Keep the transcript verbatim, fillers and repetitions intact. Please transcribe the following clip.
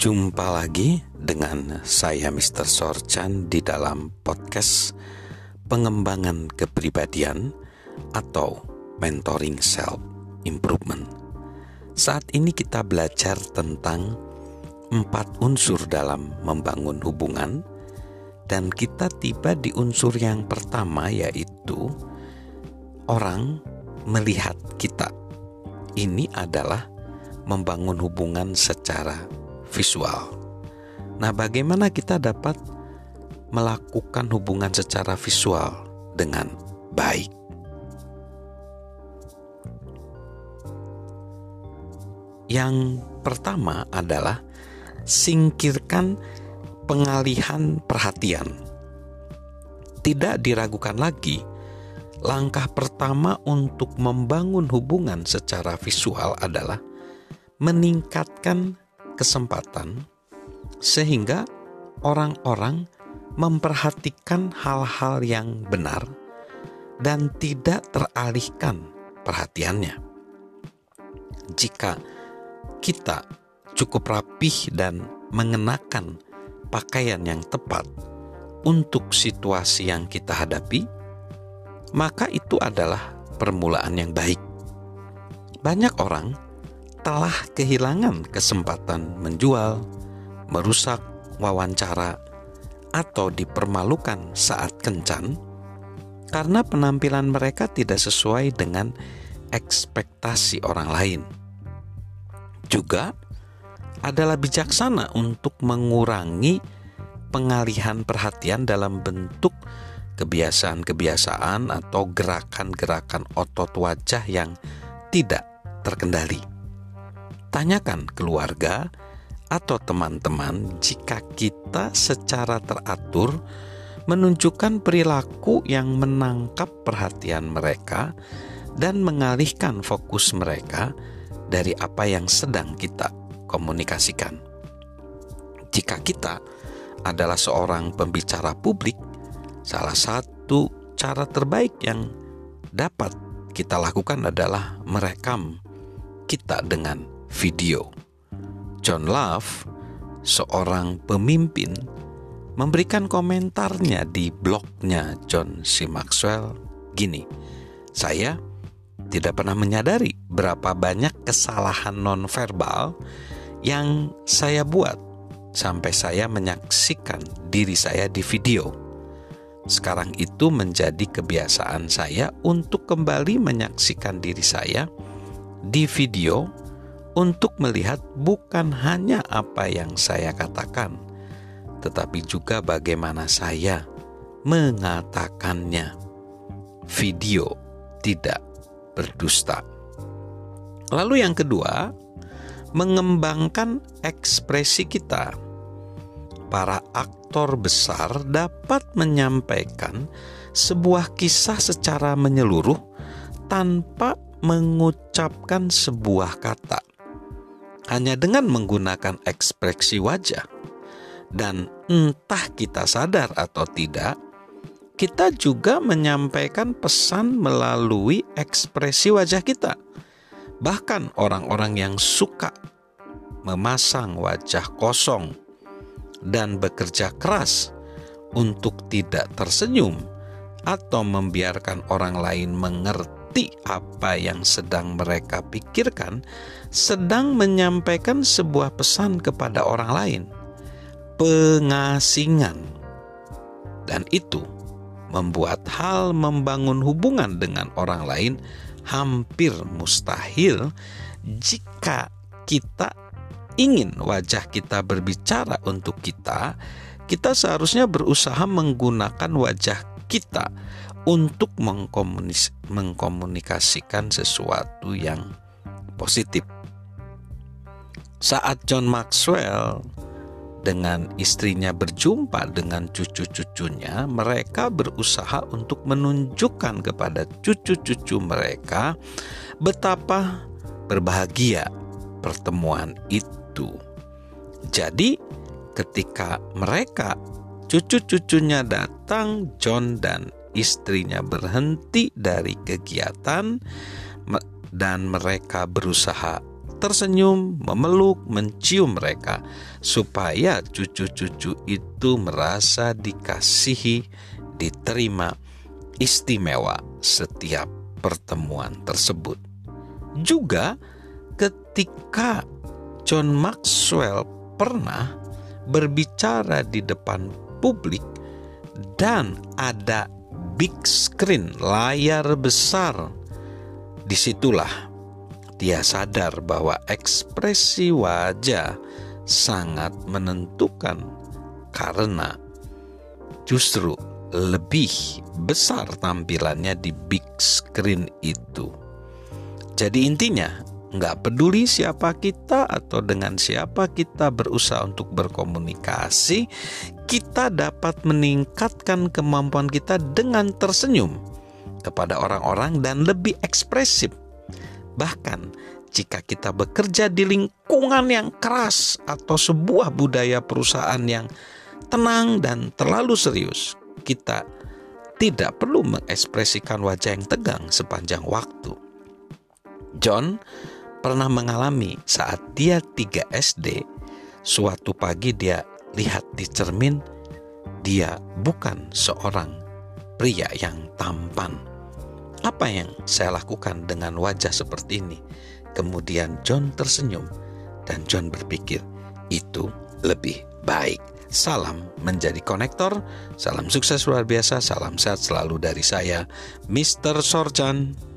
Jumpa lagi dengan saya mister Sorchan di dalam podcast pengembangan kepribadian atau mentoring self improvement. Saat ini kita belajar tentang empat unsur dalam membangun hubungan, dan kita tiba di unsur yang pertama, yaitu orang melihat kita. Ini adalah membangun hubungan secara visual. Nah, bagaimana kita dapat melakukan hubungan secara visual dengan baik? Yang pertama adalah singkirkan pengalihan perhatian. Tidak diragukan lagi, langkah pertama untuk membangun hubungan secara visual adalah meningkatkan kesempatan sehingga orang-orang memperhatikan hal-hal yang benar dan tidak teralihkan perhatiannya. Jika kita cukup rapih dan mengenakan pakaian yang tepat untuk situasi yang kita hadapi, maka itu adalah permulaan yang baik. Banyak orang telah kehilangan kesempatan menjual, merusak wawancara, atau dipermalukan saat kencan karena penampilan mereka tidak sesuai dengan ekspektasi orang lain. Juga adalah bijaksana untuk mengurangi pengalihan perhatian dalam bentuk kebiasaan-kebiasaan atau gerakan-gerakan otot wajah yang tidak terkendali. Tanyakan keluarga atau teman-teman jika kita secara teratur menunjukkan perilaku yang menangkap perhatian mereka dan mengalihkan fokus mereka dari apa yang sedang kita komunikasikan. Jika kita adalah seorang pembicara publik, salah satu cara terbaik yang dapat kita lakukan adalah merekam kita dengan video. John Love, seorang pemimpin, memberikan komentarnya di blognya John C. Maxwell gini: "Saya tidak pernah menyadari berapa banyak kesalahan nonverbal yang saya buat sampai saya menyaksikan diri saya di video. Sekarang itu menjadi kebiasaan saya untuk kembali menyaksikan diri saya di video untuk melihat bukan hanya apa yang saya katakan, tetapi juga bagaimana saya mengatakannya. Video tidak berdusta." Lalu yang kedua, mengembangkan ekspresi kita. Para aktor besar dapat menyampaikan sebuah kisah secara menyeluruh tanpa mengucapkan sebuah kata, hanya dengan menggunakan ekspresi wajah. Dan entah kita sadar atau tidak, kita juga menyampaikan pesan melalui ekspresi wajah kita. Bahkan orang-orang yang suka memasang wajah kosong dan bekerja keras untuk tidak tersenyum atau membiarkan orang lain mengerti apa yang sedang mereka pikirkan, sedang menyampaikan sebuah pesan kepada orang lain, pengasingan. Dan itu membuat hal membangun hubungan dengan orang lain hampir mustahil jika kita ingin wajah kita berbicara untuk kita. Kita seharusnya berusaha menggunakan wajah kita untuk mengkomunis- mengkomunikasikan sesuatu yang positif. Saat John Maxwell dengan istrinya berjumpa dengan cucu-cucunya, mereka berusaha untuk menunjukkan kepada cucu-cucu mereka betapa berbahagia pertemuan itu. Jadi, ketika mereka cucu-cucunya datang, John dan istrinya berhenti dari kegiatan dan mereka berusaha tersenyum, memeluk, mencium mereka, supaya cucu-cucu itu merasa dikasihi, diterima, istimewa setiap pertemuan tersebut. Juga ketika John Maxwell pernah berbicara di depan publik dan ada big screen, layar besar, disitulah dia sadar bahwa ekspresi wajah sangat menentukan, karena justru lebih besar tampilannya di big screen itu. Jadi intinya, nggak peduli siapa kita atau dengan siapa kita berusaha untuk berkomunikasi, kita dapat meningkatkan kemampuan kita dengan tersenyum kepada orang-orang dan lebih ekspresif. Bahkan jika kita bekerja di lingkungan yang keras atau sebuah budaya perusahaan yang tenang dan terlalu serius, kita tidak perlu mengekspresikan wajah yang tegang sepanjang waktu. John pernah mengalami saat dia tiga S D, suatu pagi dia lihat di cermin, dia bukan seorang pria yang tampan. Apa yang saya lakukan dengan wajah seperti ini? Kemudian John tersenyum dan John berpikir, itu lebih baik. Salam menjadi konektor, salam sukses luar biasa, salam sehat selalu dari saya, mister Sorchan.